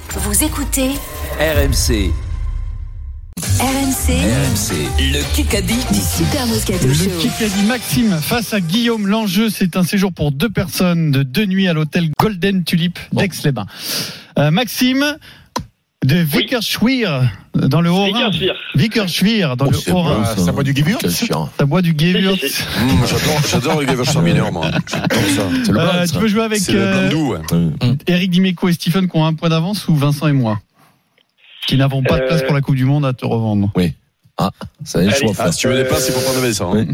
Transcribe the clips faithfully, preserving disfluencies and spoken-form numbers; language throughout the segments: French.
Vous écoutez R M C. R M C. R M C. Le Kikadi du Super Moscato Le Show. Kikadi Maxime face à Guillaume. L'enjeu, c'est un séjour pour deux personnes de deux nuits à l'hôtel Golden Tulip d'Aix-les-Bains. Euh, Maxime de Vickerschwir dans le Haut-Rhin. Vickerschwir dans Oh, le Haut-Rhin. Ah, ça boit du Gewürz. Ça boit du Gewürz. Mmh, j'adore, j'adore le Gewürztraminer, moi. J'adore ça. C'est le blanc, Euh, ça. tu veux jouer avec C'est le euh, blanc doux, ouais. Eric Dimeco et Stephen qui ont un point d'avance ou Vincent et moi qui n'avons pas de place pour la Coupe du Monde à te revendre. Oui. Ah, ça y est, le choix. Ah, si tu veux des places, il faut prendre Vincent. Hein.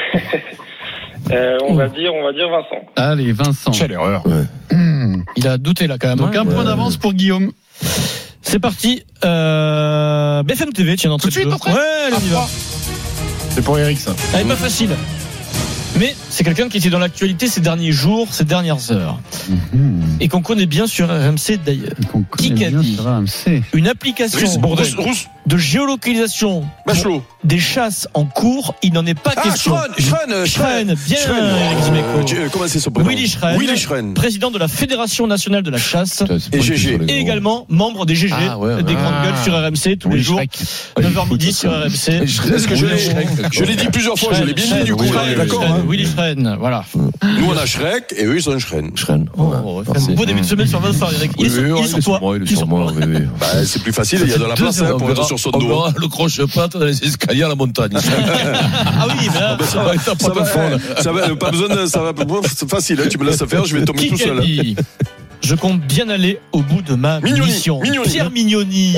Euh, on va dire, on va dire Vincent. Allez, Vincent. Quelle erreur. Mmh. Il a douté là quand même. Donc hein. un point Ouais. d'avance pour Guillaume. C'est parti. Euh, B F M T V, tiens, d'entrée Tout de de suite, jeu. après Ouais, on y va. C'est pour Eric, ça. Elle est pas facile. Mais c'est quelqu'un qui était dans l'actualité ces derniers jours, ces dernières heures. Mmh. Et qu'on connaît bien sur R M C d'ailleurs. Qu'on connaît Qui qu'a bien dit sur R M C. Une application Russe, Rousse, Rousse, de géolocalisation Bachelot. des chasses en cours, il n'en est pas Ah, question. Schren, Schren, Schren, bien, Schren. Eric Dimeco. Euh, tu- euh, Comment c'est son prénom? Willy Schren, Willy Schren. président de la Fédération nationale de la chasse Et G G. et également membre des G G, Ah, ouais, ouais. des grandes Ah. gueules sur R M C tous les Willy jours, Shrek. neuf heures midi sur R M C. Est-ce que je l'ai, je l'ai dit plusieurs fois, je l'ai bien dit, du coup, Schren, on est d'accord, Schren, hein. Willy Schren, voilà. Nous, on a Shrek, et eux, ils ont Schren. Schren. Oh, un beau début de semaine sur Vincent, Eric. Il est sur, il est sur toi. Il est sur moi, oui, oui. Bah, c'est plus facile, il y a de la place, hein, pour être sur son On dos. verra le croche-patte dans les escaliers à la montagne. Ah oui, mais là, Ça va être un Ça pas va, de fond. ça va, pas besoin de, ça va, c'est facile, hein, tu me laisses faire, je vais tomber qui tout seul. qu'a dit je compte bien aller au bout de ma Mignoni, mission. Mignoni. Pierre Mignoni.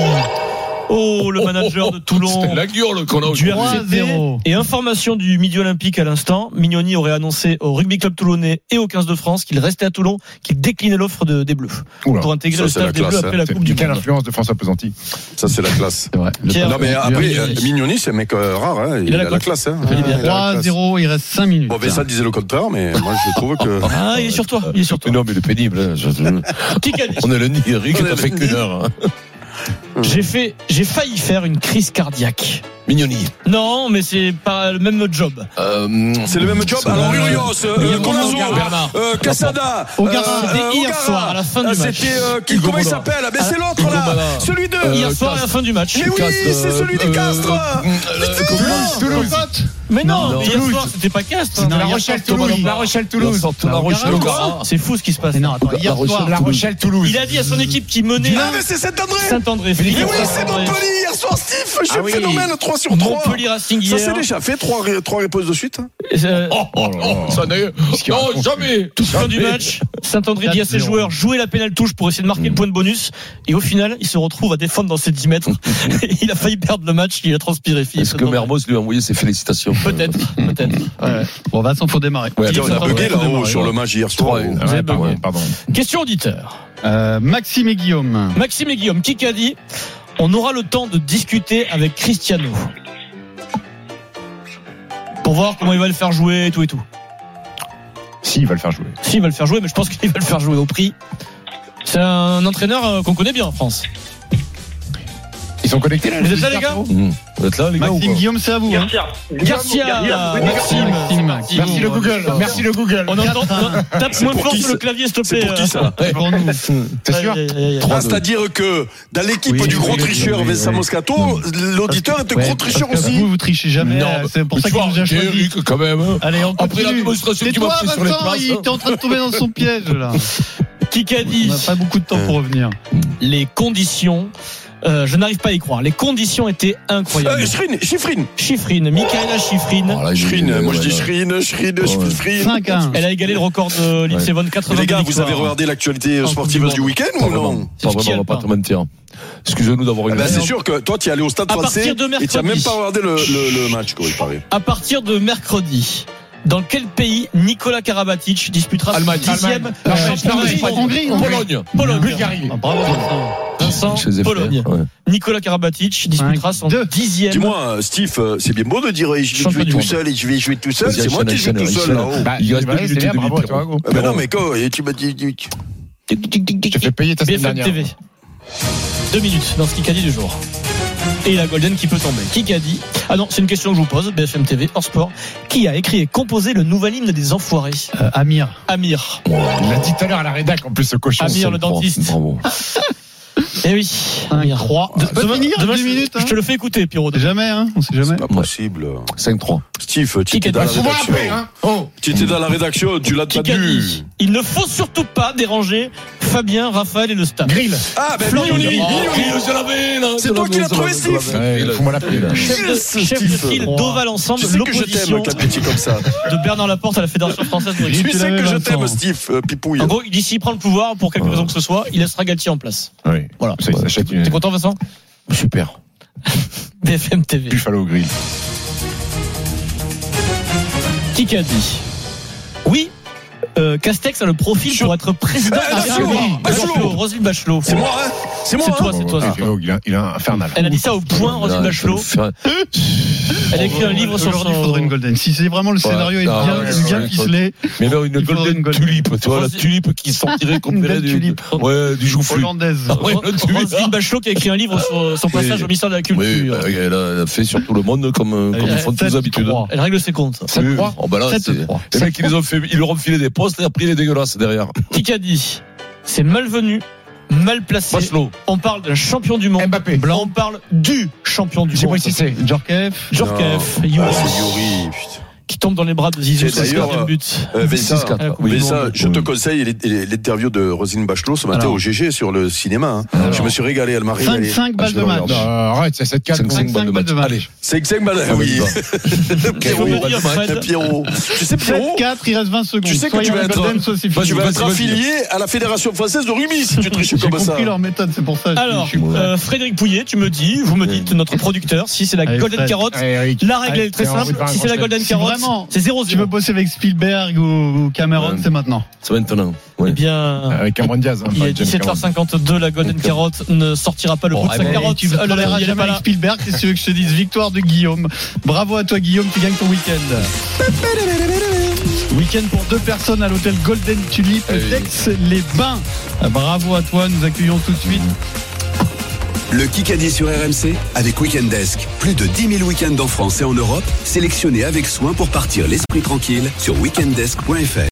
Oh, le manager de Toulon. C'est la gueule qu'on a Du aujourd'hui. R C T. Et information du Midi Olympique à l'instant, Mignoni aurait annoncé au Rugby Club Toulonnais et au quinze de France qu'il restait à Toulon, qu'il déclinait l'offre de, des Bleus. Oula, pour intégrer ça, le c'est staff la des classe, Bleus après hein. la Coupe du Quelle Monde. influence de François Pesanti. Ça, c'est la classe. C'est vrai. Pierre, Non, mais après, Mignoni. euh, Mignoni, c'est un mec euh, rare, hein. Il, Il a a la la cote. classe, hein. Ça fait du bien. Il a la trois classe. zéro, il reste cinq minutes. Bon, Vincent disait le contraire, mais moi, je trouve que. Ah, il est sur toi. Il est sur toi. Non, mais il est pénible. hein. Je- je- Qui qu'a dit On est lundi, Eric, On t'as est fait lundi. qu'une heure. hein. J'ai fait, j'ai failli faire une crise cardiaque. Mignoni. Non, mais c'est pas le même job. Euh, C'est le même job. Alors, Urios, euh, Colazo, Bernard. euh, Casada, Ogara. euh, C'était euh, hier Ogara. soir, à la fin du Euh, match. C'était, euh, qui, Hugo comment il Mola. s'appelle? Mais c'est l'autre, Hugo là. Mola. Celui de. Euh, Hier soir, à la Castres. fin du match. Mais oui, c'est celui du Castres. Toulouse. Mais non, Non, mais hier Toulouse. soir, c'était pas Castres. Non, La hier Rochelle, soir, Toulouse. Thomas La Rochelle, Toulouse. La Rochelle, Ogara. Ogara. C'est fou ce qui se passe. Mais non, attends, hier Rochelle, soir. La Rochelle, Toulouse. Il a dit à son équipe qui menait Ah, mais c'est Saint-André. Saint-André. Mais Philippe oui, c'est Saint-André. Montpellier hier soir, Steve. Je Ah oui. phénomène, trois sur trois. Montpellier Racing Ça hier. s'est déjà fait, trois, ré- trois réponses de suite. Euh, Oh, oh, oh, ça n'est. Non, jamais. Toute fin du match, Saint-André dit à ses quatre zéro. joueurs jouez la pénale touche pour essayer de marquer le point de bonus. Et au final, il se retrouve à défendre dans ses dix mètres. Il a failli perdre le match, il a transpiré. Philippe Est-ce que Saint-André. Mermoz lui a envoyé ses félicitations? Peut-être, peut-être. Ouais. Bon, Vincent, faut démarrer. Ouais, Tiens, on a Saint-André, bugué faut là-haut démarrer, sur ouais. le match hier soir. Trois. Vous avez Pardon, bugué. pardon. Question auditeur. Euh, Maxime et Guillaume. Maxime et Guillaume, qui qu'a dit on aura le temps de discuter avec Cristiano pour voir comment il va le faire jouer et tout et tout. Si, il va le faire jouer. Si, il va le faire jouer, mais je pense qu'il va le faire jouer au prix. C'est un entraîneur euh, qu'on connaît bien en France. Ils sont connectés là. Vous les êtes là, les gars auditeurs, Mmh. Vous êtes là, les gars, ou Maxime, pas? Guillaume, c'est à vous. Hein. Garcia, Maxime, Maxime. Maxime. Merci le Google. Merci le Google. On entend, on- tape moins pour fort qui, sur le ça clavier, s'il te C'est plaît. pour qui ça? C'est pour nous. T'es sûr? Aïe, aïe, aïe, aïe. Ah, c'est-à-dire que dans l'équipe Oui, du oui, gros oui, tricheur, oui, Vincent oui. Moscato, l'auditeur est un Ouais, gros tricheur parce que aussi. Vous, vous trichez jamais. Non, C'est pour ça tu qu'il vois, nous a choisi. Eric, quand même. hein. Allez, on Après la continue. démonstration C'est qu'il m'a toi, pris sur les Vincent, places. il hein. était en train de tomber dans son piège, là. Qui qu'a On dit n'a pas beaucoup de temps pour revenir. les conditions euh, je n'arrive pas à y croire. Les conditions étaient incroyables. Euh, Schrine, Chiffrine. Chiffrine, Michaela Chiffrine. Oh, là, il- Schrine, ouais, moi je ouais, dis ouais. Schrine, Schrine, Ouais. Chiffrine. cinq à un. Elle a égalé le record de Lindsey Vonn, quatre-vingt-deux Les gars, vous victoires. avez regardé l'actualité En sportive Coupe du du Monde. week-end Pas ou vraiment, non? pas C'est qui, vraiment, on va elle, pas pas te mentir. Excusez-nous d'avoir Ah une. ben, c'est sûr que toi, tu es allé au stade À français partir de et tu n'as mercredi. même pas regardé le, le, le match, quoi, il paraît. À partir de mercredi, dans quel pays Nikola Karabatic disputera Allemagne, son dixième Allemagne. euh, Non, championnat Hongrie, d'Europe? Hongrie, Pologne. Pologne. Bulgarie. Ah, bravo, Vincent. Vincent, Je les ai fait, Pologne. ouais. Nicolas Karabatic disputera son deux. dixième. Dis-moi, Steve, euh, c'est bien beau de dire je vais Champion jouer du tout monde. seul et je vais jouer tout seul. Vas-y, C'est moi qui joue enchaîne, tout seul enchaîne. là-haut. Bah, Il reste bah, deux c'est minutes bien, et demie, bravo à Pierrot. toi, Hugo. Ah ben non, mais quoi, et tu m'as dit. J'ai fait payer ta B semaine F M dernière. T V. Deux minutes dans ce Kikadi du jour. Et la Golden qui peut tomber. Kikadi. Ah non, c'est une question que je vous pose. B F M T V, hors sport. Qui a écrit et composé le nouvel hymne des Enfoirés? Euh, Amir. Amir. Il l'a dit tout à l'heure à la rédac, en plus, ce cochon. Amir, le dentiste. Bravo. Eh oui. cinq trois. De- Pas demain- finir, demain, deux je- minutes. Je hein. te le fais écouter, Pierrot. Jamais, hein. On sait jamais. C'est pas possible. cinq trois. Steve, tu Qui étais dans la gagne? rédaction. hein. Oh. Tu étais dans la rédaction, tu l'as pas Qui a vu. dit il ne faut surtout pas déranger Fabien, Raphaël et le staff. Grill. Ah, ben Florian Mignoni, Grill. Mignoni. je l'avais, là. C'est toi qui l'as trouvé, Steve. Ouais, fous-moi la paix, là. Chef de, Yes, chef de Steve. file d'Oval Ensemble, Tu sais que je l'opposition t'aime, Clapetti, comme ça. de Bernard Laporte à la Fédération française de rugby. Tu sais l'avais, que je Vincent. t'aime, Steve, euh, Pipouille. En gros, d'ici il prend le pouvoir pour quelque raison que ce soit, il laissera Galtier en place. Oui. Voilà. Ça, il s'achète une. T'es content, Vincent? Super. B F M T V. Buffalo Grill. Qui a dit oui, euh, Castex a le profil pour être président Eh, de la Bachelot, République. Bachelot. Bachelot, Roselyne Bachelot. C'est moi, hein. C'est moi, C'est hein. toi, c'est toi, Ah, c'est toi. oh, il a- il a un infernal. Elle a dit ça au point, Roselyne Bachelot. Elle a écrit un livre sur Aujourd'hui, il son... faudrait une golden. Si c'est vraiment le scénario est non, bien, ouais, bien ouais, ficelé, Mais non, une Il faudrait golden une golden. tulipe, tu vois, la Rosy- tulipe qui sortirait comme Une du, belle tulipe. ouais, du joufflu. hollandaise. Ah ouais, le tulipe. Roselyne Bachelot qui a écrit un livre sur son passage Oui. au ministère de la Oui, Culture. bah, elle a elle a fait sur tout le monde comme, euh, comme ils font tous sept d'habitude. trois. Elle règle ses comptes. Oui, sept trois. oh, bah là, sept c'est- trois. les mecs, ils, les ont fait, ils leur ont filé des postes et après, il est dégueulasse derrière. Qui a dit c'est malvenu, mal placé. Bachelot. On parle d'un champion du monde. Mbappé. Blanc. On parle du champion du C'est monde. moi ici, c'est. Djorkaeff. Djorkaeff, Non. Yuri, Ah, c'est Yuri, putain. qui tombe dans les bras de Zizou. Et C'est le d'ailleurs, quatrième but. Euh, Vincent, six quatre. Oui, Vincent, non, je te oui. conseille l'é- l'interview de Roselyne Bachelot ce matin Alors. au G G sur le cinéma. hein. Je me suis régalé, elle m'a cinq régalé. cinq balles de match. Non, arrête, c'est sept quatre. cinq cinq balles de match. match. Allez. cinq cinq balles, Ah, oui. Il faut me dire, Fred, Pierrot. Tu sais, sept Pierrot, quatre, il reste vingt secondes. Tu sais que Soit tu il y a vas la être- golden, soit c'est Vas-y, tu fini. vas vas-y, être vas-y. affilié à la Fédération française de rugby si tu triches J'ai comme ça. compris leur méthode, c'est pour ça. je- alors, je suis mauvais. euh, Frédéric Pouillet, tu me dis, vous me dites, notre producteur, si c'est la Allez, Golden Fred. Carotte, Allez, Eric. la règle Allez, est très t'as envie simple. de faire un Si c'est la grand Golden Si Carotte, vraiment c'est zéro tu veux zéro. bosser avec Spielberg ou Cameron, Ouais. c'est maintenant. C'est maintenant. Ouais. Eh bien, Avec Cameron Diaz. hein, il pas est James dix-sept heures Cameron. cinquante-deux, la Golden Carotte ne sortira pas le Bon, bout de sa allez, carotte. tu ne Ah là là, travailleras il est jamais pas avec là. Spielberg, qu'est-ce que tu veux que je te dise? Victoire de Guillaume. Bravo à toi, Guillaume, tu gagnes ton week-end. Week-end pour deux personnes à l'hôtel Golden Tulip Eh oui. d'Aix-les-Bains. Bravo à toi, nous accueillons tout de suite. Le Kikadi sur R M C avec Weekend Desk. Plus de dix mille week-ends en France et en Europe, sélectionnés avec soin pour partir l'esprit tranquille sur weekend desk point f r.